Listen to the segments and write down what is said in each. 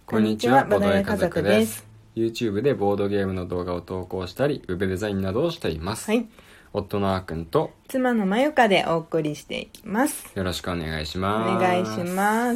こんにちは、ボードゲー家族です。 YouTube でボードゲームの動画を投稿したりウェブデザインなどをしています、 はい、 夫のあーくんと妻のまゆかでお送りしていきます。 よろしくお願いします。 お願いします。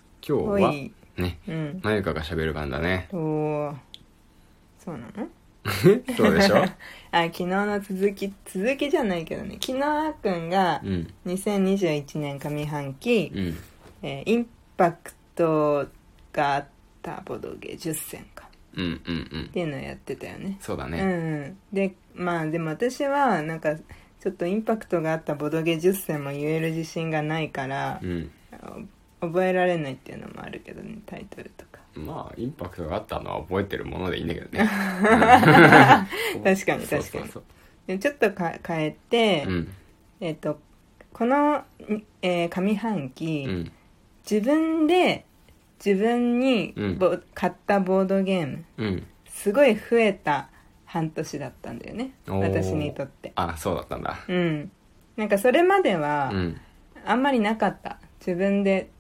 今日はね、まゆかが喋る番だね。 おー、そうなのそうでしょあ、昨日の続きじゃないけどね、昨日あーくんが2021年上半期、インパクトがあったボドゲ10選か、っていうのをやってたよね。 そうだね、 でまあでも私はなんかちょっとインパクトがあったボドゲ10選も言える自信がないから、覚えられないっていうのもあるけどね、タイトルとか。 まあインパクトがあったのは覚えてるものでいいんだけどね確かにそうでちょっと変えて、この、上半期、自分に買ったボードゲーム、すごい増えた半年だったんだよね、私にとって。 あ、そうだったんだ。 なんかそれまではあんまりなかった。自分で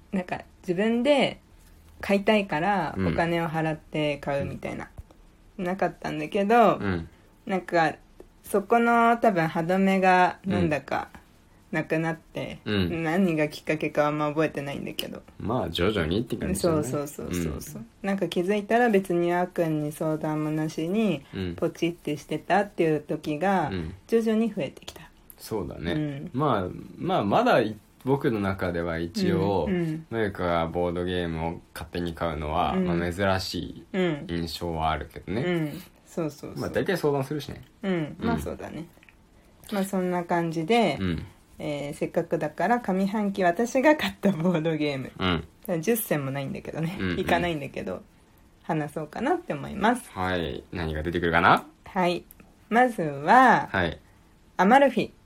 買いたいからお金を払って買うみたいな、なかったんだけど、なんかそこの多分歯止めがなんだかなくなって、何がきっかけかはあんま覚えてないんだけど、 まあ徐々にって感じだね。 そう、なんか気づいたら別にあーくんに相談もなしにポチってしてたっていう時が徐々に増えてきた。 そうだね、まあまだ僕の中では一応、まゆかがボードゲームを勝手に買うのは、珍しい印象はあるけどね、 そうまあ大体相談するしね。 まあそうだね。まあそんな感じで、せっかくだから上半期私が買ったボードゲーム、10選もないんだけどね、いかないんだけど話そうかなって思います。 はい、何が出てくるかな。 はい、まずは、アマルフィ。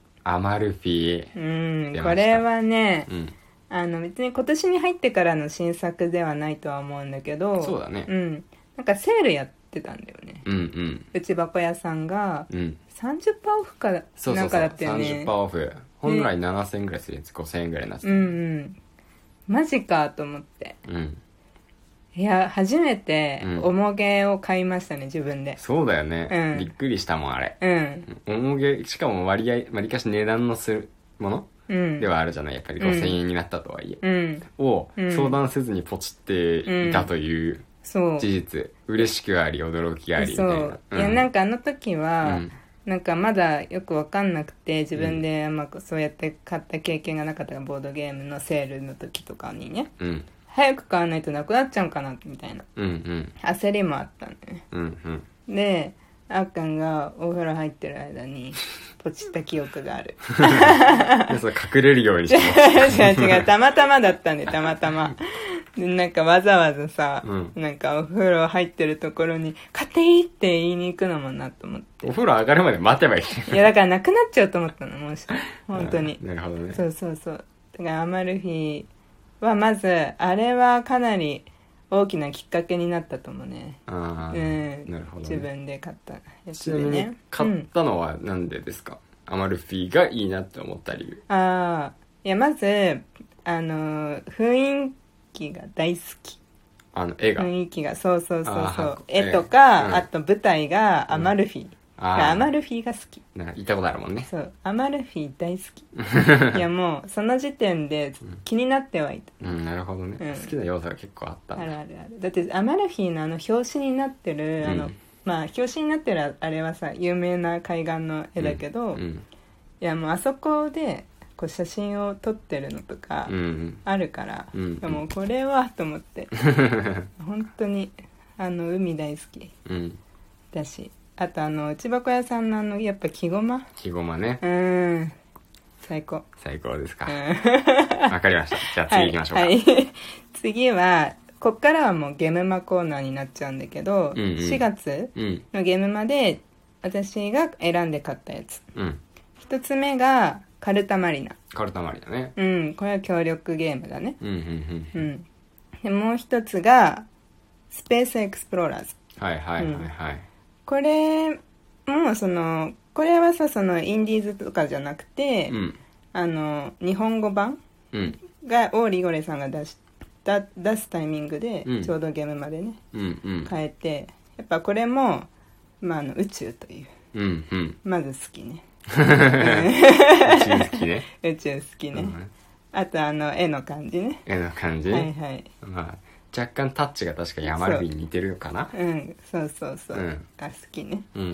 これはね、別に今年に入ってからの新作ではないとは思うんだけど、 そうだね、 なんかセールやってたんだよね、内箱屋さんが、30% オフかなんかだったよね。 30% オフ、本来7000円ぐらいするやつ5000円ぐらいになってた。 マジかと思って、いや初めて重げを買いましたね、自分で。 そうだよね、びっくりしたもんあれ。重げ、しかも割かし値段のするもの、ではあるじゃない、やっぱり5000円になったとはいえ、を相談せずにポチっていたという事実、嬉しくあり驚きありみたいな。 いやなんかあの時は、なんかまだよく分かんなくて、自分でそうやって買った経験がなかったボードゲームのセールの時とかにね、早く買わないとなくなっちゃうかなみたいな、焦りもあったんだよね。であっくんがお風呂入ってる間にポチった記憶があるそれ隠れるようにして違うたまたまだったんで、たまたまでなんかわざわざさ、なんかお風呂入ってるところに買っていいって言いに行くのもなと思って、 お風呂上がるまで待てばいいいやだからなくなっちゃうと思ったの、もし本当に。 なるほどね。 そうだからアマルフィはまずあれはかなり大きなきっかけになったと思うね。 なるほどね。 自分で買ったやつちなみに買ったのはなんでですか、アマルフィがいいなって思った理由。 いやまず雰囲気が大好き。 絵が、 雰囲気がそう絵とか、あと舞台がアマルフィ、アマルフィが好き。 なんか行ったことあるもんね。 そう、アマルフィ大好きいやもうその時点で気になってはいた。 なるほどね、好きな要素が結構あったんだ。 あるだってアマルフィの表紙になってる表紙になってるあれはさ有名な海岸の絵だけど、いやもうあそこでこう写真を撮ってるのとかあるから、もうこれはと思って本当に海大好き、だし、あと内箱屋さんのやっぱ木ごまね、最高ですか。わかりました。じゃあ次行きましょうか。 次はこっからはもうゲームマコーナーになっちゃうんだけど、4月のゲームマで私が選んで買ったやつ、一つ目がカルタマリナね。これは協力ゲームだね。でもう一つがスペースエクスプローラーズ。これもこれはさインディーズとかじゃなくて、日本語版をリゴレさんが出し出すタイミングでちょうどゲームまでね、 うんうん、 変えて、やっぱこれも、まあ、宇宙という、 うんうん、 まず好きね宇宙好きね宇宙好きね、うん、あと絵の感じね、 絵の感じ、 はいはい、 まあ、若干タッチが確かにアマルフィに似てるかな。 うん、そうそうそう、うん、が好きね、うんうん、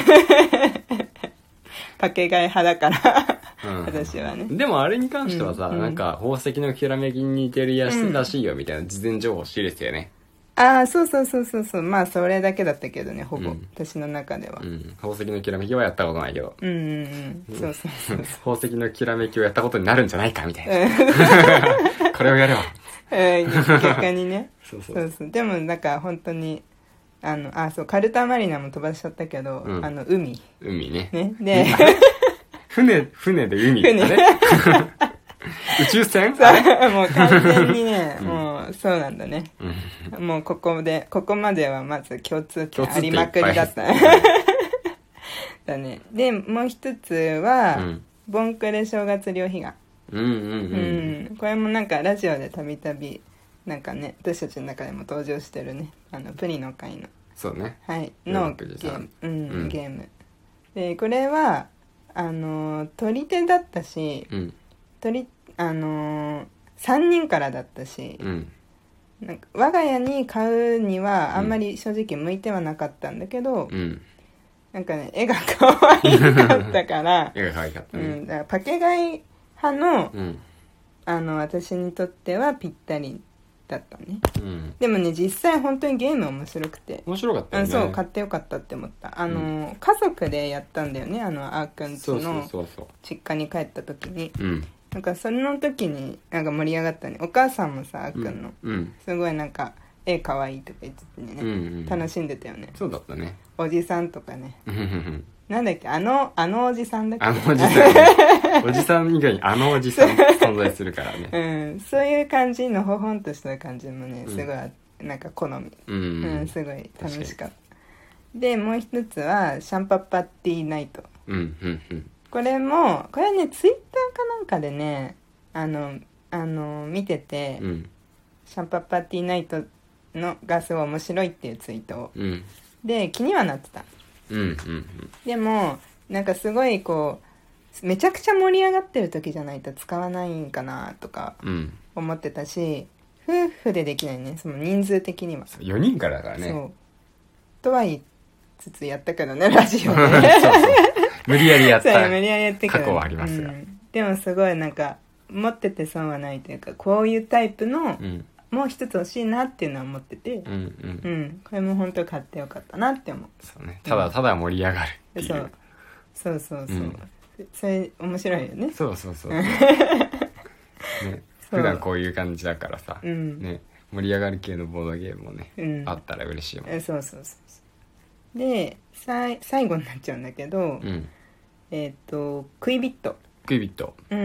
かけがえ派だから私はね。 でもあれに関してはさ、なんか宝石のきらめきに似てるやつらしいよみたいな事前情報知れてよね。 ああ、そうそうそうそうそう、まあそれだけだったけどね、ほぼ、私の中では、 宝石のきらめきはやったことないけど、 そうそうそう宝石のきらめきをやったことになるんじゃないかみたいなこれをやれば逆にねそうそう、でもなんか本当にそうカルタマリナも飛ばしちゃったけど、海ねで船で海だね宇宙船もう完全にね、もうそうなんだね、もうここまではまず共通点ありまくりだっただね。でもう一つは、ボンクレ正月両悲願、これもなんかラジオでたびたびなんかね、私たちの中でも登場してるね、プリの会のそうね、 はいのゲームで、これは取り手だったし、3人からだったし、なんか我が家に買うにはあんまり正直向いてはなかったんだけど、なんかね、絵が可愛かったから絵が可愛かったね、 だからパケ買い派の、私にとってはぴったりだったね、でもね、実際本当にゲーム面白くて面白かったよね。 そう、買ってよかったって思った。家族でやったんだよね、あーくんちの実家に帰った時に、なんかその時になんか盛り上がったね。お母さんもさ、あーくんの、すごいなんか絵かわいいとか言っててね、楽しんでたよね。 そうだったね。 おじさんとかねなんだっけ、おじさんだっけ、 おじさんおじさん以外におじさん存在するからねそういう感じのほほんとした感じもね、すごいなんか好み、すごい楽しかった。でもう一つはシャンパパッティーナイト、これはね、ツイッターかなんかでね、見てて、シャンパパッティーナイトのがすごい面白いっていうツイートを、で気にはなってた、でもなんかすごいこうめちゃくちゃ盛り上がってる時じゃないと使わないんかなとか思ってたし、夫婦でできないね、その人数的には 4人からだからね。 そうとは言いつつやったけどね、ラジオで無理やりやった無理やりやったけど、 過去はありますが、 でもすごいなんか持ってて損はないというか、こういうタイプの、もう一つ欲しいなっていうのは思ってて、これも本当買ってよかったなって思う。 そうね、ただただ盛り上がるっていう、 そう、それ面白いよね。 そうね、普段こういう感じだからさ、ね、盛り上がる系のボードゲームもね、あったら嬉しいもん。 そうで最後になっちゃうんだけど、クイビット、クイビ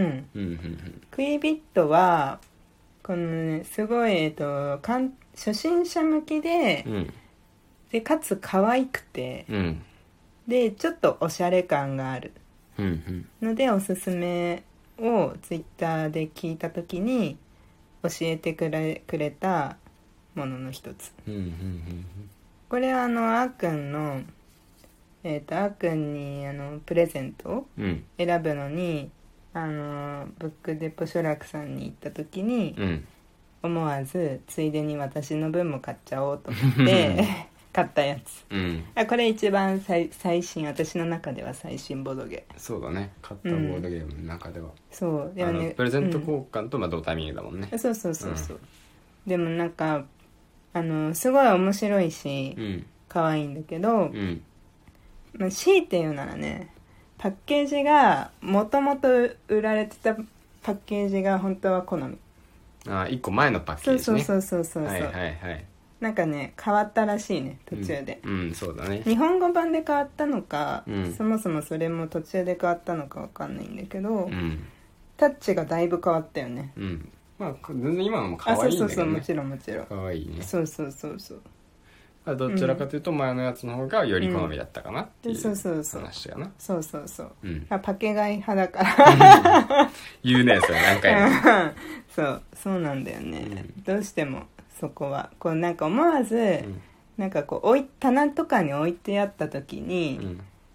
ットはこのね、すごい初心者向きで、でかつ可愛くて、でちょっとおしゃれ感があるので、おすすめをツイッターで聞いた時に教えてくれたものの一つ、これはあーくんのあーくんにプレゼントを選ぶのに、ブックデポ書楽さんに行った時に、思わずついでに私の分も買っちゃおうと思って買ったやつ、これ一番最新、私の中では最新ボードゲーム。そうだね、買ったボードゲームの中では、そうでもね、プレゼント交換と同タイミングだもんね、そう、でもなんかすごい面白いし、可愛いんだけど、強いて言うならね、パッケージがもともと売られてたパッケージが本当は好み。1個前のパッケージね。そう、なんかね、変わったらしいね、途中で、そうだね、日本語版で変わったのか、そもそもそれも途中で変わったのか分かんないんだけど、タッチがだいぶ変わったよね。まあ全然今のも可愛いんだけどね。もちろん可愛いね。そう、 どちらかというと前のやつの方がより好みだったかなっていう話やな。 そうそうそう、パケ買い派だから言うねそれ何回もそうなんだよね、どうしてもそこはこうなんか思わず、なんかこう棚とかに置いてあった時に、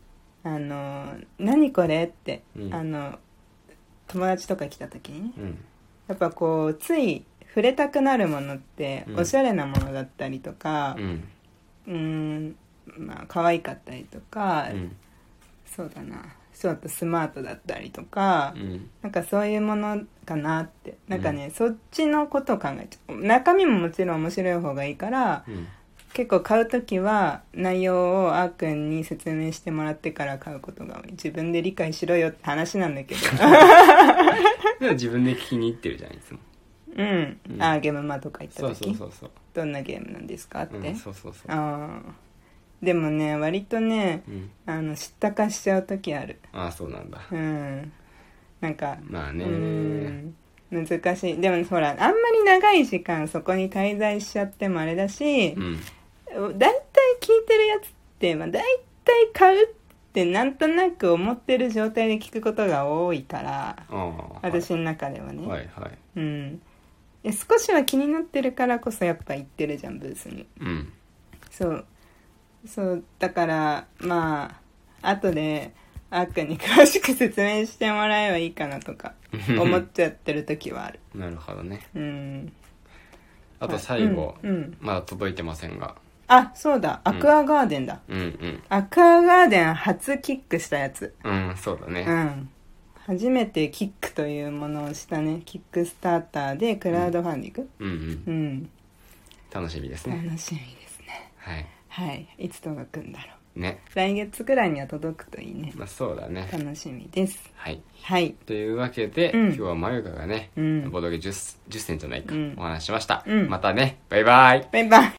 何これって、友達とか来た時にね、やっぱこうつい触れたくなるものっておしゃれなものだったりとか、まあ可愛かったりとか、そうだな、ちょっとスマートだったりとか、なんかそういうものかなって、なんかね、そっちのことを考えちゃう。中身ももちろん面白い方がいいから、結構買うときは内容をあーくんに説明してもらってから買うことが多い。自分で理解しろよって話なんだけどでも自分で聞きに行ってるじゃんいつも。 ゲームマとか行った時、 そうどんなゲームなんですかって、 そうでもね割とね、知ったかしちゃう時ある。 そうなんだ。 なんかまあね、 難しい。でもほらあんまり長い時間そこに滞在しちゃってもあれだし、だいたい聞いてるやつって、だいたい買うってなんとなく思ってる状態で聞くことが多いから、私の中ではね、少しは気になってるからこそやっぱ行ってるじゃんブースに。そうだからまあ後であーくんに詳しく説明してもらえばいいかなとか思っちゃってる時はあるなるほどね。あと最後、まだ届いてませんが、 そうだ、アクアガーデンだ。アクアガーデン初キックしたやつ。 そうだね。 初めてキックというものをしたね。キックスターターでクラウドファンディング。 楽しみですね。 楽しみですね。はい。いつ届くんだろうね。 来月くらいには届くといいね。 そうだね。 楽しみです。 はい。というわけで、今日はまゆかがね、ボドゲ10選じゃないか、お話ししました。またね。バイバイ。